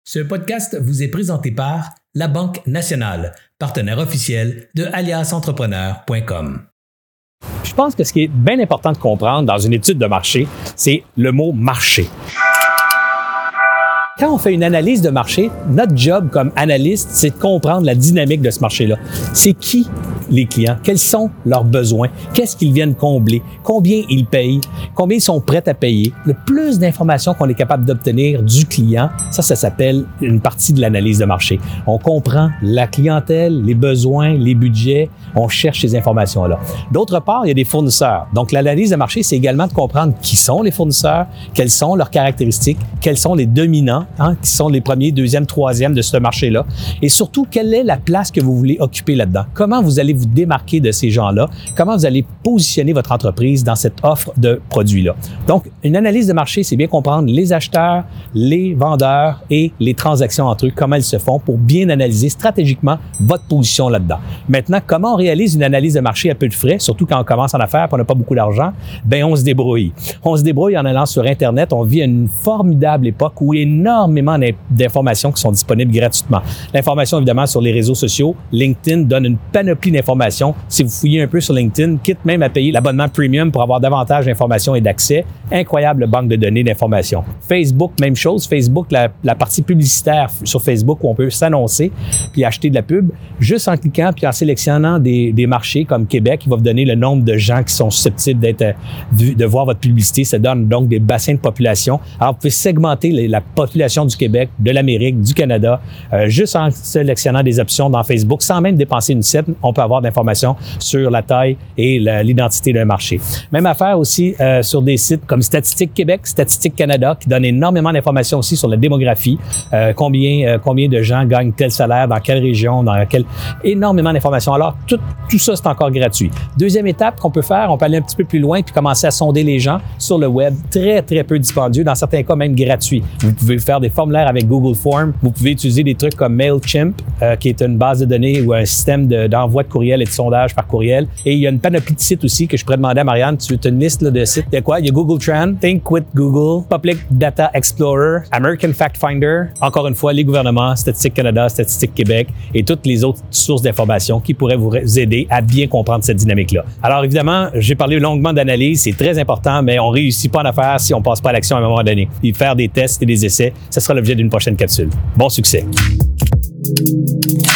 Ce podcast vous est présenté par La Banque Nationale, partenaire officiel de aliasentrepreneur.com. Je pense que ce qui est bien important de comprendre dans une étude de marché, c'est le mot « marché ». Quand on fait une analyse de marché, notre job comme analyste, c'est de comprendre la dynamique de ce marché-là. C'est qui les clients? Quels sont leurs besoins? Qu'est-ce qu'ils viennent combler? Combien ils payent? Combien ils sont prêts à payer? Le plus d'informations qu'on est capable d'obtenir du client, ça s'appelle une partie de l'analyse de marché. On comprend la clientèle, les besoins, les budgets, on cherche ces informations-là. D'autre part, il y a des fournisseurs. Donc, l'analyse de marché, c'est également de comprendre qui sont les fournisseurs, quelles sont leurs caractéristiques, quels sont les dominants, qui sont les premiers, deuxième, troisième de ce marché-là. Et surtout, quelle est la place que vous voulez occuper là-dedans? Comment vous allez vous démarquer de ces gens-là? Comment vous allez positionner votre entreprise dans cette offre de produits-là? Donc, une analyse de marché, c'est bien comprendre les acheteurs, les vendeurs et les transactions entre eux, comment elles se font pour bien analyser stratégiquement votre position là-dedans. Maintenant, comment on réalise une analyse de marché à peu de frais, surtout quand on commence en affaires et on n'a pas beaucoup d'argent? Bien, on se débrouille. On se débrouille en allant sur Internet. On vit une formidable époque où énormément d'informations qui sont disponibles gratuitement. L'information, évidemment, sur les réseaux sociaux. LinkedIn donne une panoplie d'informations. Si vous fouillez un peu sur LinkedIn, quitte même à payer l'abonnement premium pour avoir davantage d'informations et d'accès. Incroyable banque de données d'informations. Facebook, même chose. Facebook, la partie publicitaire sur Facebook où on peut s'annoncer puis acheter de la pub. Juste en cliquant puis en sélectionnant des marchés comme Québec, il va vous donner le nombre de gens qui sont susceptibles de voir votre publicité. Ça donne donc des bassins de population. Alors, vous pouvez segmenter la population du Québec, de l'Amérique, du Canada, juste en sélectionnant des options dans Facebook, sans même dépenser une scène, on peut avoir d'informations sur la taille et l'identité d'un marché. Même affaire aussi sur des sites comme Statistique Québec, Statistique Canada, qui donnent énormément d'informations aussi sur la démographie, combien de gens gagnent tel salaire, dans quelle région, énormément d'informations. Alors, tout ça, c'est encore gratuit. Deuxième étape qu'on peut faire, on peut aller un petit peu plus loin puis commencer à sonder les gens sur le web, très, très peu dispendieux, dans certains cas même gratuit. Vous pouvez faire des formulaires avec Google Forms. Vous pouvez utiliser des trucs comme MailChimp, qui est une base de données ou un système d'envoi de courriel et de sondage par courriel. Et il y a une panoplie de sites aussi que je pourrais demander à Marianne. Tu as une liste là, de sites. Il y a quoi? Il y a Google Trend, Think with Google, Public Data Explorer, American Fact Finder. Encore une fois, les gouvernements, Statistique Canada, Statistique Québec et toutes les autres sources d'informations qui pourraient vous aider à bien comprendre cette dynamique-là. Alors évidemment, j'ai parlé longuement d'analyse. C'est très important, mais on ne réussit pas en affaires si on ne passe pas à l'action à un moment donné. Et faire des tests et des essais, ce sera l'objet d'une prochaine capsule. Bon succès!